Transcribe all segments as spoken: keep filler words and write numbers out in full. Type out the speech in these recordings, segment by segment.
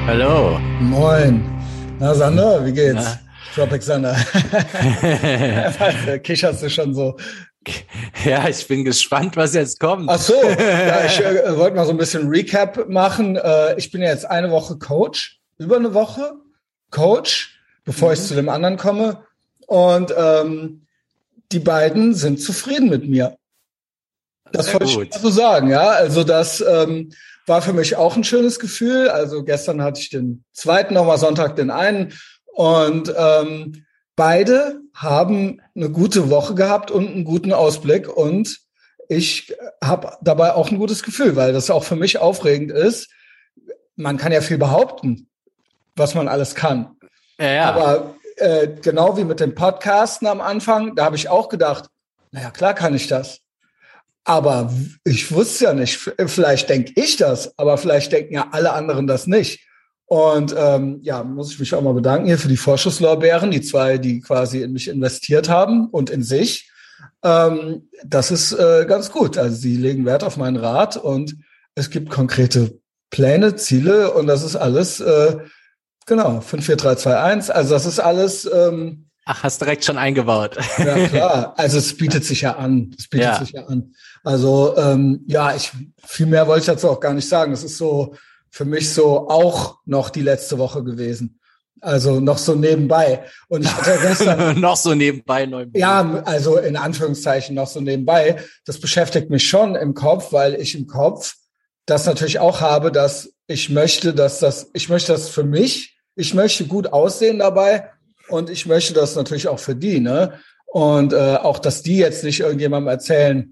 Hallo. Moin. Na, Sander, wie geht's? Na? Tropic Sander. Kicherst du schon so? Ja, ich bin gespannt, was jetzt Ach kommt. so, ja, ich äh, wollte mal so ein bisschen Recap machen. Äh, ich bin ja jetzt eine Woche Coach, über eine Woche Coach, bevor ich Mhm. zu dem anderen komme. Und ähm, die beiden sind zufrieden mit mir. Das Sehr wollte ich mal gut. so sagen, ja. Also das ähm, war für mich auch ein schönes Gefühl. Also gestern hatte ich den zweiten, nochmal Sonntag den einen. Und ähm, beide haben eine gute Woche gehabt und einen guten Ausblick. Und ich habe dabei auch ein gutes Gefühl, weil das auch für mich aufregend ist. Man kann ja viel behaupten, was man alles kann. Ja, ja. Aber äh, genau wie mit dem Podcasten am Anfang, da habe ich auch gedacht, naja, klar kann ich das. Aber ich wusste ja nicht, vielleicht denke ich das, aber vielleicht denken ja alle anderen das nicht. Und ähm, ja, muss ich mich auch mal bedanken hier für die Vorschusslorbeeren, die zwei, die quasi in mich investiert haben und in sich. Ähm, das ist äh, ganz gut. Also sie legen Wert auf meinen Rat und es gibt konkrete Pläne, Ziele und das ist alles, äh, genau, fünf vier drei zwei eins. Also das ist alles ähm, Ach, hast direkt schon eingebaut. ja, klar. Also es bietet sich ja an. Es bietet sich Ja. ja an. Also ähm, ja, ich viel mehr wollte ich dazu auch gar nicht sagen. Es ist so für mich so auch noch die letzte Woche gewesen. Also noch so nebenbei. Und ich hatte ja gestern, Noch so nebenbei neu. ja, also in Anführungszeichen noch so nebenbei. Das beschäftigt mich schon im Kopf, weil ich im Kopf das natürlich auch habe, dass ich möchte, dass das, ich möchte das für mich, ich möchte gut aussehen dabei und ich möchte das natürlich auch für die, ne? Und äh, auch, dass die jetzt nicht irgendjemandem erzählen,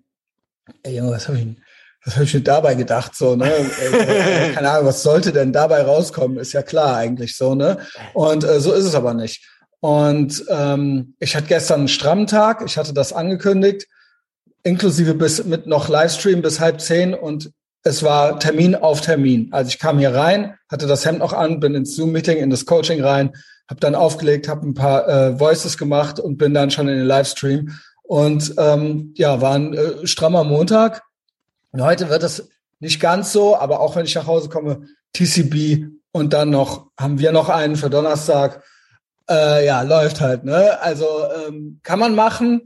ey Junge, was habe ich, was habe ich mir dabei gedacht, so, ne? Äh, keine Ahnung, was sollte denn dabei rauskommen? Ist ja klar eigentlich so, ne? Und äh, so ist es aber nicht. Und ähm, ich hatte gestern einen strammen Tag, ich hatte das angekündigt, inklusive bis mit noch Livestream bis halb zehn und es war Termin auf Termin. Also ich kam hier rein, hatte das Hemd noch an, bin ins Zoom-Meeting, in das Coaching rein, habe dann aufgelegt, habe ein paar äh, Voices gemacht und bin dann schon in den Livestream. Und ähm, ja, war ein äh, strammer Montag. Und heute wird es nicht ganz so, aber auch wenn ich nach Hause komme, T C B und dann noch haben wir noch einen für Donnerstag. Äh, ja, läuft halt, ne? Also ähm, kann man machen.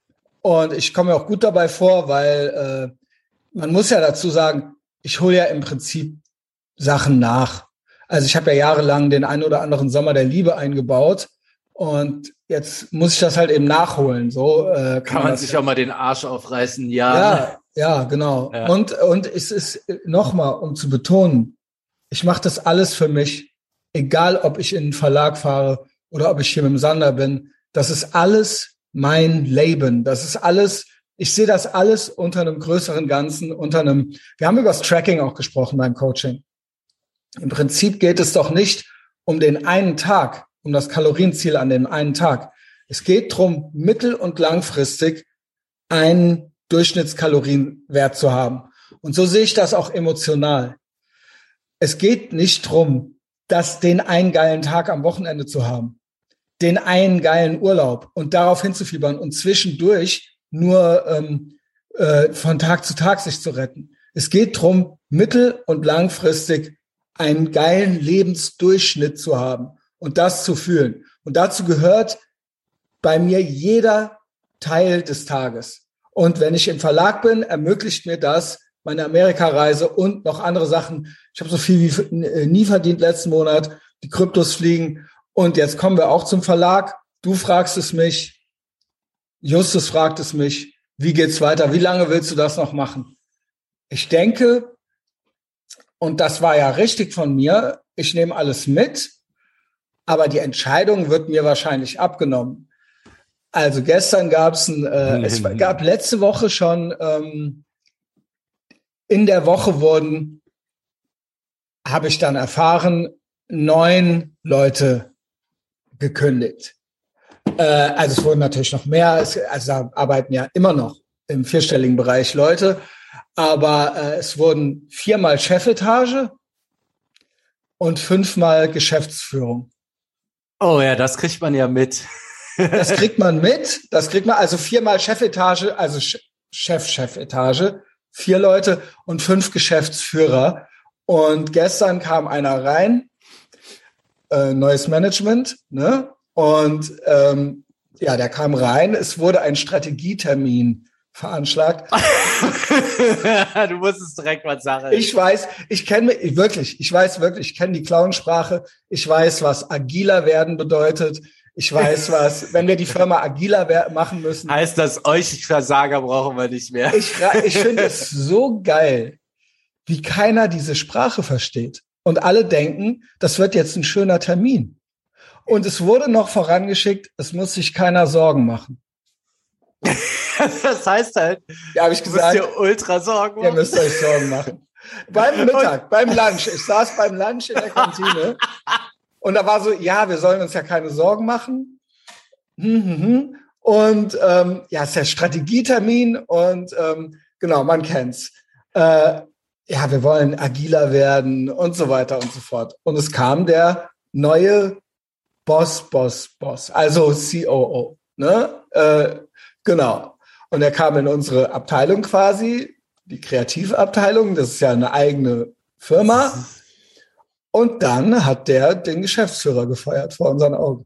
Und ich komme mir auch gut dabei vor, weil äh, man muss ja dazu sagen, ich hole ja im Prinzip Sachen nach. Also ich habe ja jahrelang den einen oder anderen Sommer der Liebe eingebaut und jetzt muss ich das halt eben nachholen. So äh, kann, Kann man man das sich ja. auch mal den Arsch aufreißen, ja. Ne? Ja, ja, genau. Ja. Und und es ist nochmal, um zu betonen, ich mache das alles für mich, egal ob ich in einen Verlag fahre oder ob ich hier mit dem Sander bin. Das ist alles mein Leben. Das ist alles, ich sehe das alles unter einem größeren Ganzen, unter einem, wir haben über das Tracking auch gesprochen beim Coaching. Im Prinzip geht es doch nicht um den einen Tag, um das Kalorienziel an dem einen Tag. Es geht darum, mittel- und langfristig einen Durchschnittskalorienwert zu haben. Und so sehe ich das auch emotional. Es geht nicht drum, dass den einen geilen Tag am Wochenende zu haben, den einen geilen Urlaub und darauf hinzufiebern und zwischendurch nur ähm, äh, von Tag zu Tag sich zu retten. Es geht drum, mittel- und langfristig einen geilen Lebensdurchschnitt zu haben und das zu fühlen. Und dazu gehört bei mir jeder Teil des Tages. Und wenn ich im Verlag bin, ermöglicht mir das meine Amerikareise und noch andere Sachen. Ich habe so viel wie nie verdient letzten Monat. Die Kryptos fliegen. Und jetzt kommen wir auch zum Verlag. Du fragst es mich. Justus fragt es mich. Wie geht's weiter? Wie lange willst du das noch machen? Ich denke, und das war ja richtig von mir, ich nehme alles mit, aber die Entscheidung wird mir wahrscheinlich abgenommen. Also gestern gab es ein, äh, es gab letzte Woche schon, ähm, in der Woche wurden, habe ich dann erfahren, neun Leute gekündigt. Äh, also es wurden natürlich noch mehr, es, also da arbeiten ja immer noch im vierstelligen Bereich Leute, aber äh, es wurden viermal Chefetage und fünfmal Geschäftsführung. Oh ja, das kriegt man ja mit. Das kriegt man mit, das kriegt man, also viermal Chefetage, also Chef-Chefetage, vier Leute und fünf Geschäftsführer. Und gestern kam einer rein äh, neues Management, ne? Und ähm, ja, der kam rein. Es wurde ein Strategietermin veranschlagt. Du wusstest direkt, was Sache ist. Ich weiß, ich kenne mich wirklich, ich weiß wirklich, ich kenne die Clownsprache. Ich weiß, was agiler werden bedeutet. Ich weiß, was, wenn wir die Firma agiler wer- machen müssen. Heißt das, euch Versager brauchen wir nicht mehr. Ich, ich finde es so geil, wie keiner diese Sprache versteht. Und alle denken, das wird jetzt ein schöner Termin. Und es wurde noch vorangeschickt, es muss sich keiner Sorgen machen. Das heißt halt, ja, hab ich gesagt, müsst ihr ultra Sorgen machen. Ihr müsst euch Sorgen machen. Beim Mittag, und beim Lunch. Ich saß beim Lunch in der Kantine und da war so, ja, wir sollen uns ja keine Sorgen machen. Und ähm, ja, es ist der Strategietermin und ähm, genau, man kennt's. Äh, ja, wir wollen agiler werden und so weiter und so fort. Und es kam der neue Boss, Boss, Boss, also C O O. Ne? Äh, genau. Und er kam in unsere Abteilung quasi, die Kreativabteilung, das ist ja eine eigene Firma. Und dann hat der den Geschäftsführer gefeuert vor unseren Augen.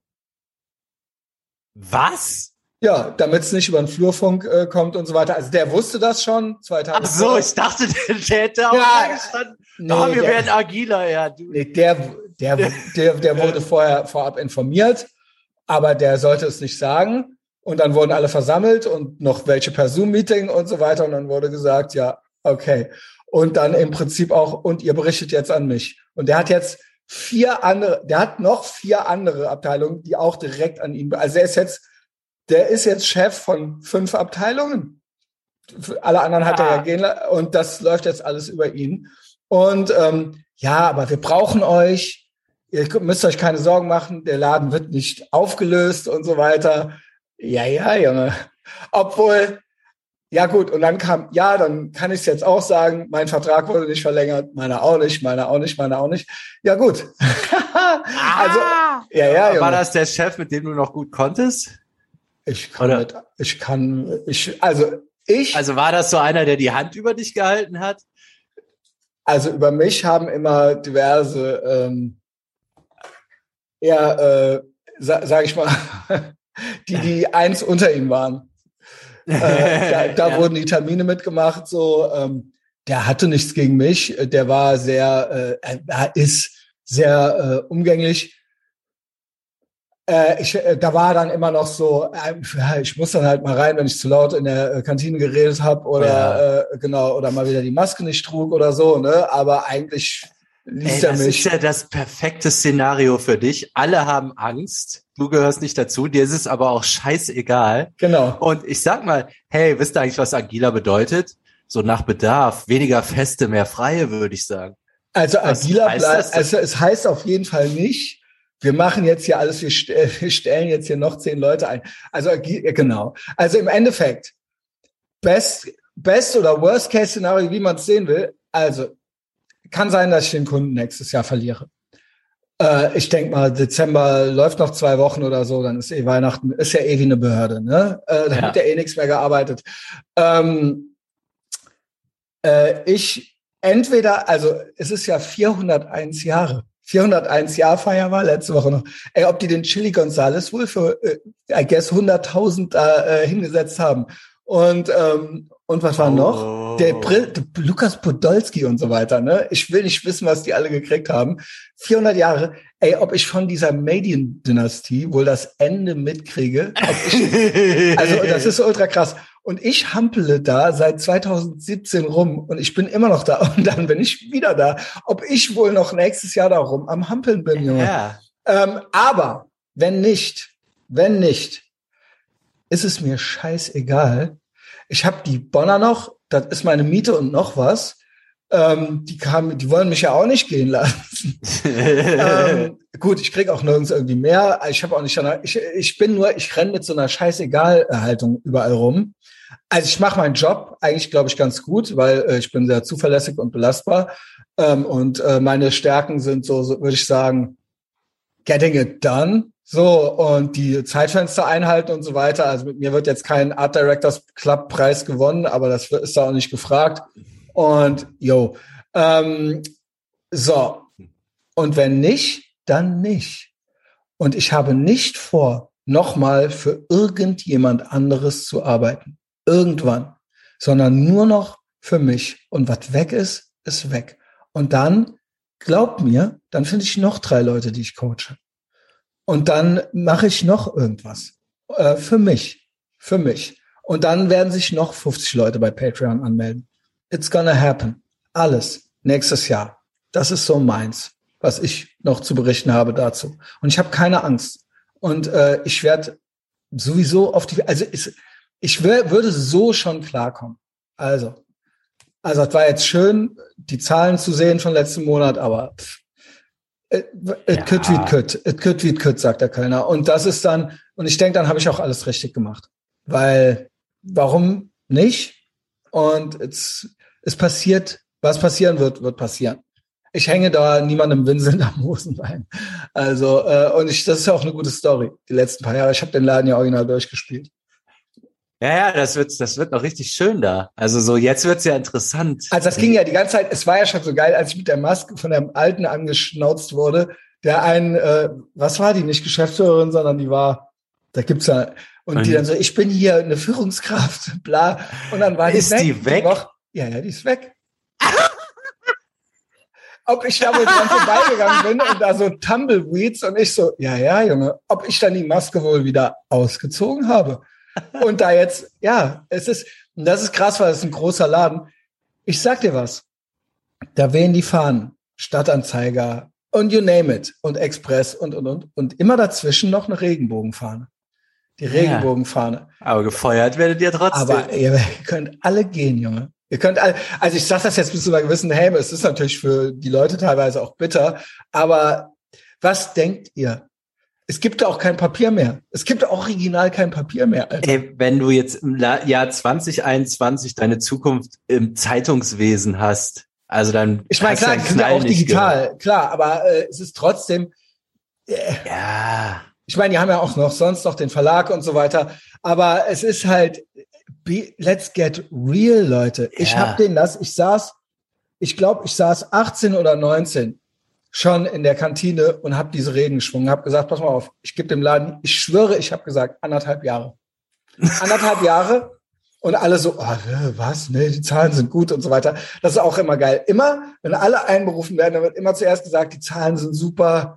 Was? Ja, damit es nicht über den Flurfunk äh, kommt und so weiter. Also der wusste das schon, zwei Tage Ach so, vorher. Ich dachte, der, der hätte auch ja, da gestanden. Nee, oh, wir der, werden agiler, ja. Du. Nee, der, der, der, der wurde vorher vorab informiert, aber der sollte es nicht sagen. Und dann wurden alle versammelt und noch welche per Zoom-Meeting und so weiter. Und dann wurde gesagt, ja, okay. Und dann im Prinzip auch, und ihr berichtet jetzt an mich. Und der hat jetzt vier andere, der hat noch vier andere Abteilungen, die auch direkt an ihn, also er ist jetzt, der ist jetzt Chef von fünf Abteilungen. Alle anderen hat ah. er ja gehen lassen. Und das läuft jetzt alles über ihn. Und ähm, ja, aber wir brauchen euch. Ihr müsst euch keine Sorgen machen. Der Laden wird nicht aufgelöst und so weiter. Ja, ja, Junge. Obwohl, ja gut, und dann kam, ja, dann kann ich es jetzt auch sagen, mein Vertrag wurde nicht verlängert, meiner auch nicht, meiner auch nicht, meiner auch nicht. Ja gut. also, ja, ja, Junge. War das der Chef, mit dem du noch gut konntest? Ich kann, mit, ich kann, ich, also ich. Also war das so einer, der die Hand über dich gehalten hat? Also über mich haben immer diverse, ähm, ja, äh, sa, sag ich mal, die, die eins unter ihm waren. äh, da da ja. wurden die Termine mitgemacht, so, ähm, der hatte nichts gegen mich, der war sehr, äh, er ist sehr äh, umgänglich. Äh, ich, äh, da war dann immer noch so, äh, ich muss dann halt mal rein, wenn ich zu laut in der äh, Kantine geredet habe oder ja. äh, genau oder mal wieder die Maske nicht trug oder so, ne? Aber eigentlich ließ Ey, er mich. Das ist ja das perfekte Szenario für dich. Alle haben Angst, du gehörst nicht dazu, dir ist es aber auch scheißegal. Genau. Und ich sag mal, hey, wisst ihr eigentlich, was agiler bedeutet? So nach Bedarf, weniger Feste, mehr Freie, würde ich sagen. Also agiler bleibt, also es heißt auf jeden Fall nicht, wir machen jetzt hier alles, wir, st- wir stellen jetzt hier noch zehn Leute ein. Also genau. Also im Endeffekt, best, best oder worst case Szenario, wie man es sehen will. Also kann sein, dass ich den Kunden nächstes Jahr verliere. Äh, ich denke mal, Dezember läuft noch zwei Wochen oder so, dann ist eh Weihnachten, ist ja eh wie eine Behörde, ne? Äh, da ja. wird ja eh nichts mehr gearbeitet. Ähm, äh, ich entweder, also es ist ja vierhunderteins Jahre. vierhunderteins Jahrfeier war letzte Woche noch. Ey, ob die den Chili Gonzales wohl für, äh, I guess, hunderttausend da äh, hingesetzt haben. Und ähm, und was war oh. noch? Der, Brill, der Lukas Podolski und so weiter. Ne? Ich will nicht wissen, was die alle gekriegt haben. vierhundert Jahre. Ey, ob ich von dieser Median-Dynastie wohl das Ende mitkriege? Ob ich, also das ist ultra krass. Und ich hampele da seit zweitausendsiebzehn rum und ich bin immer noch da. Und dann bin ich wieder da. Ob ich wohl noch nächstes Jahr da rum am Hampeln bin, Junge. Ja. Ähm, aber wenn nicht, wenn nicht, ist es mir scheißegal. Ich habe die Bonner noch, das ist meine Miete und noch was. Ähm, die kamen, die wollen mich ja auch nicht gehen lassen. ähm, gut, ich krieg auch nirgends irgendwie mehr. Ich habe auch nicht, ich, ich bin nur, ich renne mit so einer Scheißegal-Haltung überall rum. Also ich mache meinen Job eigentlich, glaube ich, ganz gut, weil äh, ich bin sehr zuverlässig und belastbar. Ähm, und äh, meine Stärken sind so, so würde ich sagen, getting it done. So, und die Zeitfenster einhalten und so weiter. Also mit mir wird jetzt kein Art Directors Club Preis gewonnen, aber das ist da auch nicht gefragt. Und, yo, ähm, so. Und wenn nicht, dann nicht. Und ich habe nicht vor, nochmal für irgendjemand anderes zu arbeiten. Irgendwann. Sondern nur noch für mich. Und was weg ist, ist weg. Und dann, glaubt mir, dann finde ich noch drei Leute, die ich coache. Und dann mache ich noch irgendwas. Äh, für mich. Für mich. Und dann werden sich noch fünfzig Leute bei Patreon anmelden. It's gonna happen. Alles. Nächstes Jahr. Das ist so meins, was ich noch zu berichten habe dazu. Und ich habe keine Angst. Und äh, ich werde sowieso auf die, also ich, ich wär, würde so schon klarkommen. Also, also es war jetzt schön, die Zahlen zu sehen von letzten Monat, aber pff, it, it ja. could wie it could, it could wie it could, sagt der Kölner. Und das ist dann, und ich denke, dann habe ich auch alles richtig gemacht. Weil, warum nicht? Und es, es passiert, was passieren wird, wird passieren. Ich hänge da niemandem winselnd am Hosenbein. Also, äh, und ich, das ist ja auch eine gute Story, die letzten paar Jahre. Ich habe den Laden ja original durchgespielt. Ja, ja, das wird, das wird noch richtig schön da. Also so, jetzt wird's ja interessant. Also das ging ja die ganze Zeit, es war ja schon so geil, als ich mit der Maske von dem Alten angeschnauzt wurde, der einen, äh, was war die, nicht Geschäftsführerin, sondern die war, da gibt's ja, und, und die dann so, ich bin hier eine Führungskraft, bla, und dann war die ist weg. die weg? Die Woche, ja, ja, die ist weg. Ob ich da wohl dran vorbeigegangen bin und da so Tumbleweeds und ich so, ja, ja, Junge, ob ich dann die Maske wohl wieder ausgezogen habe. Und da jetzt, ja, es ist, und das ist krass, weil es ist ein großer Laden. Ich sag dir was, da wehen die Fahnen, Stadtanzeiger und you name it und Express und, und, und, und immer dazwischen noch eine Regenbogenfahne. Die Regenbogenfahne. Ja, aber gefeuert werdet ihr trotzdem. Aber ihr könnt alle gehen, Junge. Ihr könnt alle, also ich sage das jetzt bis zu einer gewissen Häme, es ist natürlich für die Leute teilweise auch bitter, aber was denkt ihr? Es gibt auch kein Papier mehr. Es gibt original kein Papier mehr, Alter. Ey, wenn du jetzt im Jahr zwanzig einundzwanzig deine Zukunft im Zeitungswesen hast, also dann ich meine, klar, die sind ja auch digital, gehört. Klar, aber äh, es ist trotzdem äh, ja. Ich meine, die haben ja auch noch sonst noch den Verlag und so weiter, aber es ist halt Be, let's get real, Leute. Ja. Ich hab den das, ich saß, ich glaube, ich saß achtzehn oder neunzehn schon in der Kantine und hab diese Reden geschwungen, hab gesagt, pass mal auf, ich gebe dem Laden, ich schwöre, ich habe gesagt, anderthalb Jahre. anderthalb Jahre und alle so, oh, was, nee, die Zahlen sind gut und so weiter. Das ist auch immer geil. Immer, wenn alle einberufen werden, dann wird immer zuerst gesagt, die Zahlen sind super,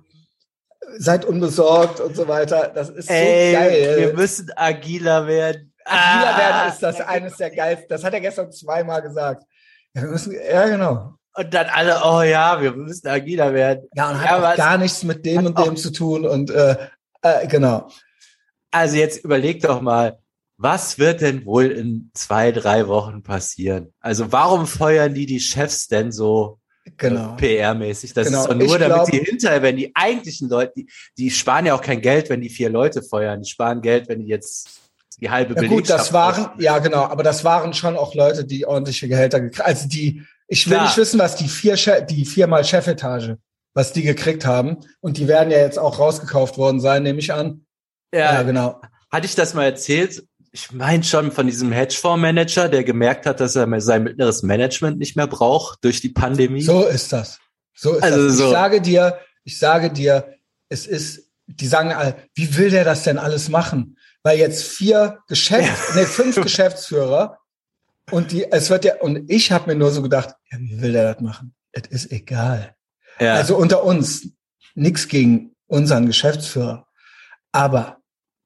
seid unbesorgt und so weiter. Das ist Ey, so geil. Wir müssen agiler werden. Agiler ah, werden ist das eines der geilsten. Das hat er gestern zweimal gesagt. Ja, wir müssen, ja, genau. Und dann alle, oh ja, wir müssen agiler werden. Ja, und hat ja, auch gar nichts mit dem und dem zu tun. Und äh, äh, genau. Also jetzt überleg doch mal, was wird denn wohl in zwei, drei Wochen passieren? Also warum feuern die die Chefs denn so genau. äh, P R-mäßig? Das genau. ist doch nur, ich damit glaub, sie hinterher, wenn die eigentlichen Leute, die, die sparen ja auch kein Geld, wenn die vier Leute feuern. Die sparen Geld, wenn die jetzt die halbe ja, Belegschaft. Gut, das waren, ausmachen. Ja genau, aber das waren schon auch Leute, die ordentliche Gehälter gekriegt haben. Also die, ich will Klar. nicht wissen, was die vier, die viermal Chefetage, was die gekriegt haben. Und die werden ja jetzt auch rausgekauft worden sein, nehme ich an. Ja, ja genau. Hatte ich das mal erzählt? Ich meine schon von diesem Hedgefondsmanager, der gemerkt hat, dass er sein mittleres Management nicht mehr braucht durch die Pandemie. So ist das. So ist also das. Ich so. sage dir, ich sage dir, es ist, die sagen alle, wie will der das denn alles machen? Weil jetzt vier Geschäfts, nee, fünf Geschäftsführer und die, es wird ja, und ich habe mir nur so gedacht, ja, wie will der das machen? Es ist egal. Ja. Also unter uns, nichts gegen unseren Geschäftsführer, aber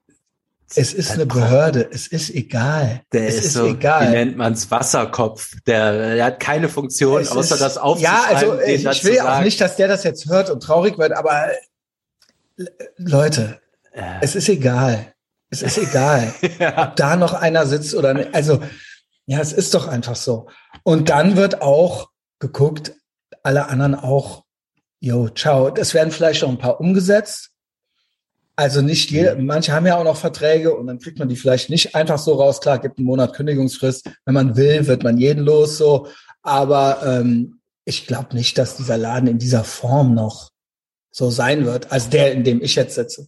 es ist eine Behörde, es ist egal. Der es ist, ist so, egal. Wie nennt man's, Wasserkopf. Der, der hat keine Funktion, es außer ist, das aufzuschreiben. Ja, also ich, ich will auch nicht, dass der das jetzt hört und traurig wird, aber Leute, ja. es ist egal. Es ist egal, ja. ob da noch einer sitzt oder nicht. Also, ja, es ist doch einfach so. Und dann wird auch geguckt, alle anderen auch, yo, ciao. Es werden vielleicht noch ein paar umgesetzt. Also nicht jeder, manche haben ja auch noch Verträge und dann kriegt man die vielleicht nicht einfach so raus. Klar, gibt einen Monat Kündigungsfrist. Wenn man will, wird man jeden los so. Aber ähm, ich glaube nicht, dass dieser Laden in dieser Form noch so sein wird, als der, in dem ich jetzt sitze.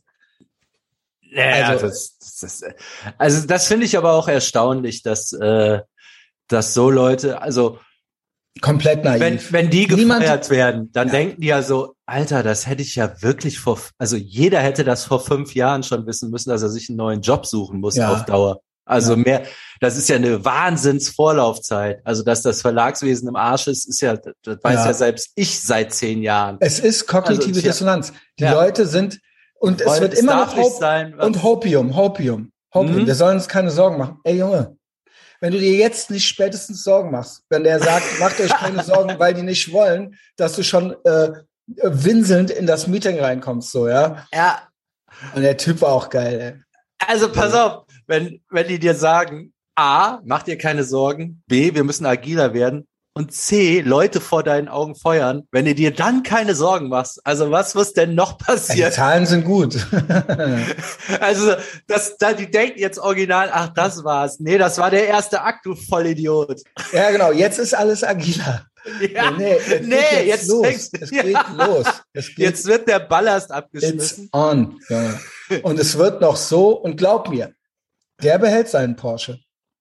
Ja, also das, das, das, also das finde ich aber auch erstaunlich, dass, äh, dass so Leute, also Komplett naiv. Wenn, wenn die Niemand- gefeuert werden, dann Ja. denken die ja so, Alter, das hätte ich ja wirklich vor, also jeder hätte das vor fünf Jahren schon wissen müssen, dass er sich einen neuen Job suchen muss Ja. auf Dauer. Also Ja. mehr, das ist ja eine Wahnsinnsvorlaufzeit. Also dass das Verlagswesen im Arsch ist, ist ja, das weiß ja, Ja. selbst ich seit zehn Jahren. Es ist kognitive Also, tja. Dissonanz. Die Ja. Leute sind, und es Wollen- wird es immer darf noch nicht Hope, sein, was- und Hopium, Hopium, Hopium. Mhm. Wir sollen uns keine Sorgen machen. Ey Junge, wenn du dir jetzt nicht spätestens Sorgen machst, wenn der sagt, macht euch keine Sorgen, weil die nicht wollen, dass du schon äh, winselnd in das Meeting reinkommst, so, ja. Ja, Und der Typ war auch geil, ey. also pass auf, wenn, wenn die dir sagen, A, mach dir keine Sorgen, B, wir müssen agiler werden und C, Leute vor deinen Augen feuern, wenn du dir dann keine Sorgen machst, also was muss denn noch Ja, die passieren? Zahlen sind gut. Also, das, da, die denken jetzt original, ach, das war's. Nee, das war der erste Akt, du Vollidiot. Ja, genau, jetzt ist alles agiler. Ja. Nee, jetzt, geht Nee, jetzt, jetzt los. fängst- Es Ja. geht los. Es geht Jetzt wird der Ballast It's abgeschmissen. on. Ja. Und es wird noch so, und glaub mir, der behält seinen Porsche.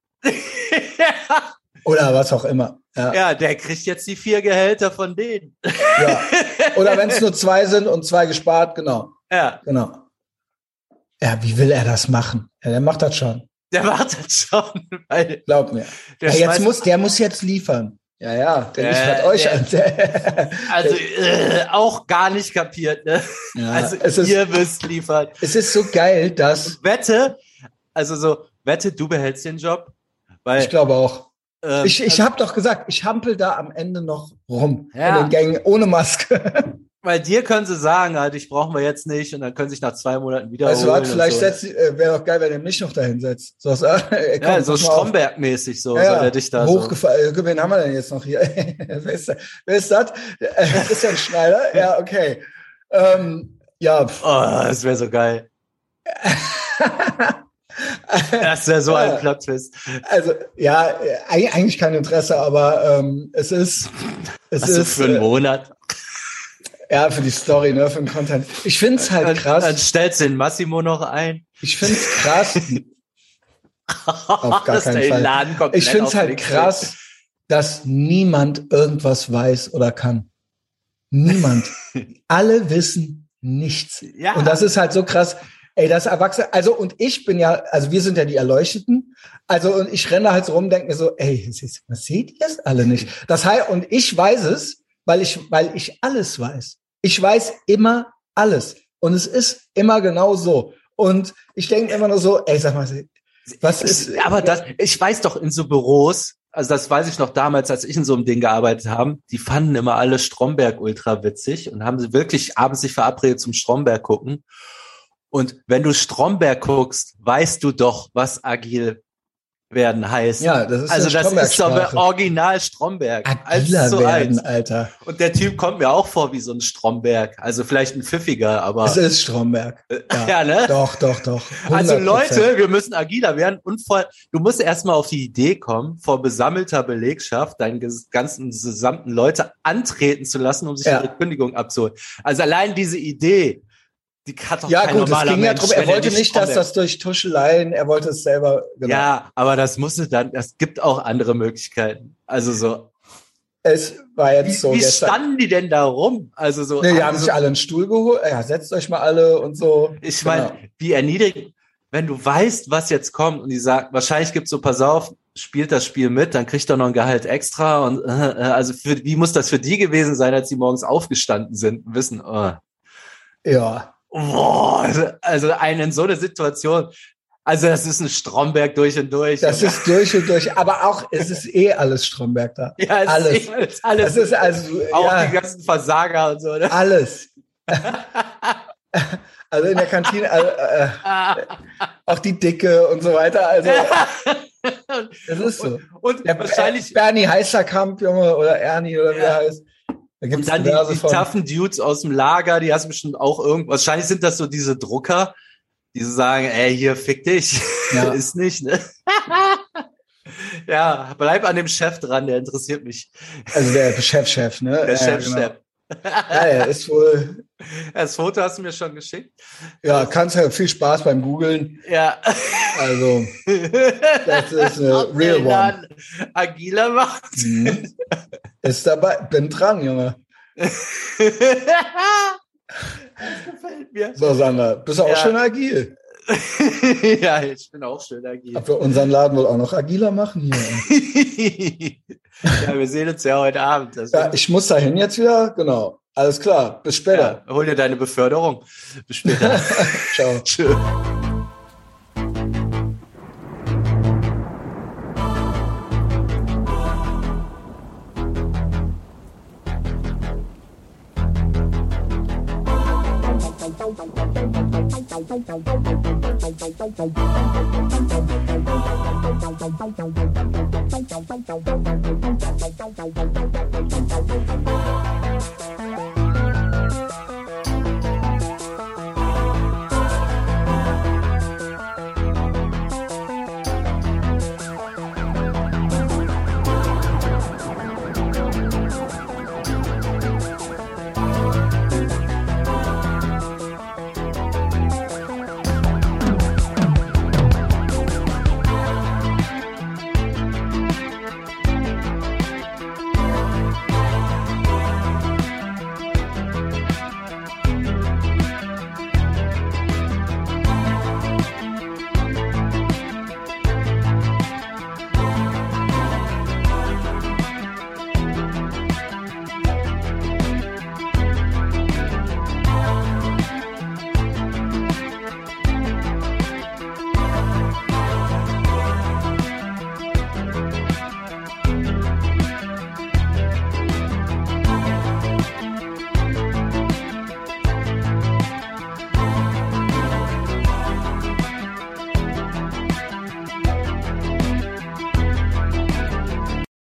Oder was auch immer. Ja. Ja, der kriegt jetzt die vier Gehälter von denen. Ja. Oder wenn es nur zwei sind und zwei gespart, genau. Ja, Genau. Ja, wie will er das machen? Ja, der macht das schon. der wartet schon, weil Glaub mir. der Ja, jetzt schmeißt- muss, der muss jetzt liefern. Ja, ja, der Äh, liefert euch der- an. also äh, auch gar nicht kapiert, ne? Ja, Also es ist- ihr müsst liefern. Es ist so geil, dass, Wette, also so, wette, du behältst den Job, weil ich glaube auch. ähm, Ich, ich habe doch gesagt, ich hampel da am Ende noch rum. Ja. In den Gängen, ohne Maske. Weil dir können sie sagen, halt, dich brauchen wir jetzt nicht und dann können sie sich nach zwei Monaten wiederholen. Weißt du was, und vielleicht so. setzt, äh, wäre doch geil, wenn er mich noch dahin setzt. So, so, äh, komm, Ja, so pass mal auf. Stromberg-mäßig so, Ja, soll ja, er dich da so. hochgefallen. Wen haben wir denn jetzt noch hier? wer, ist, der- wer ist das? Äh, Christian Schneider? Ja, okay. Ähm, ja, pf. Oh, das wäre so geil. Das wäre so Ja. ein Plot-Twist. Also, ja, äh, eig- eigentlich kein Interesse, aber ähm, es ist, es Was so ist, für einen äh, Monat. ja, für die Story, ne, für den Content. Ich find's halt Dann, krass. dann stellst du den Massimo noch ein. Ich find's krass. Auf gar Dass keinen der Fall. Laden komplett Ich find's halt auflegt. krass, dass niemand irgendwas weiß oder kann. Niemand. Alle wissen nichts. Ja. Und das ist halt so krass. Ey, das Erwachsene, also und ich bin ja, also wir sind ja die Erleuchteten. Also und ich renne halt so rum, denke mir so, ey, das ist- was seht ihr es alle nicht? Das heißt, und ich weiß es, weil ich, weil ich alles weiß. Ich weiß immer alles. Und es ist immer genau so. Und ich denke immer nur so, ey, sag mal, was ist, Aber das, ich weiß doch in so Büros, also das weiß ich noch damals, als ich in so einem Ding gearbeitet habe, die fanden immer alle Stromberg ultra witzig und haben sie wirklich abends sich verabredet zum Stromberg gucken. Und wenn du Stromberg guckst, weißt du doch, was agil werden heißt. ja, das ist also ja das ist doch Stromberg-Sprache. original Stromberg. Agiler eins zu werden, eins. Alter. Und der Typ kommt mir auch vor wie so ein Stromberg. Also vielleicht ein pfiffiger, aber Es ist Stromberg. Ja, ja, ne? Doch, doch, doch. Also hundert Prozent. Leute, wir müssen agiler werden und vor, du musst erstmal auf die Idee kommen, vor besammelter Belegschaft deinen ges- ganzen gesamten Leute antreten zu lassen, um sich Ja. ihre Kündigung abzuholen. Also allein diese Idee, die hat doch Ja, kein gut, es normaler ging ja Mensch, drum, er wenn wollte nicht, dass Stromberg- das durch Tuscheleien, er wollte es selber, genau. Ja, aber das musste dann, es gibt auch andere Möglichkeiten. Also so, Es war jetzt wie, so wie gestern. standen die denn da rum? Also so, Nee, die haben also, sich alle einen Stuhl geholt. Ja, setzt euch mal alle und so. ich meine, Genau. wie erniedrigend, wenn du weißt, was jetzt kommt und die sagt, wahrscheinlich gibt's so, pass auf, spielt das Spiel mit, dann kriegt er noch ein Gehalt extra und äh, äh, also für, wie muss das für die gewesen sein, als sie morgens aufgestanden sind und wissen, oh, Ja. boah, also, also einen in so eine Situation, also das ist ein Stromberg durch und durch. Das ist durch und durch. Aber auch, es ist eh alles Stromberg da. ja, es alles. Ist, alles, alles. Das ist also, auch ja, die ganzen Versager und so. Ne? alles. Also in der Kantine, also, äh, auch die Dicke und so weiter. Also, das ist so. Und Der wahrscheinlich Bernie Heißerkamp, Junge, oder Ernie, oder wie Ja. er heißt. Da und gibt's dann die, diverse die von. toughen Dudes aus dem Lager, die hast du bestimmt auch irgendwo. Wahrscheinlich sind das so diese Drucker, die so sagen, ey, hier fick dich. Ja. Ist nicht, ne? Ja, bleib an dem Chef dran, der interessiert mich. Also der Chefchef, ne? Der Ja, Chef, genau. Chef. Ja, er ist wohl. Das Foto hast du mir schon geschickt. Ja, kannst ja viel Spaß beim Googlen. Ja. Also, das ist eine Ob real der one. dann agiler macht. Mhm. Ist dabei, bin dran, Junge. Das gefällt mir. So, Sander, bist du auch Ja. schön agil. Ja, ich bin auch schön agil. Ob wir unseren Laden wohl auch noch agiler machen hier? Ja, wir sehen uns ja heute Abend. Also, Ja, ich muss dahin jetzt wieder. Genau. Alles klar. Bis später. ja, hol dir deine Beförderung. Bis später. Ciao. Tschö. Thank you.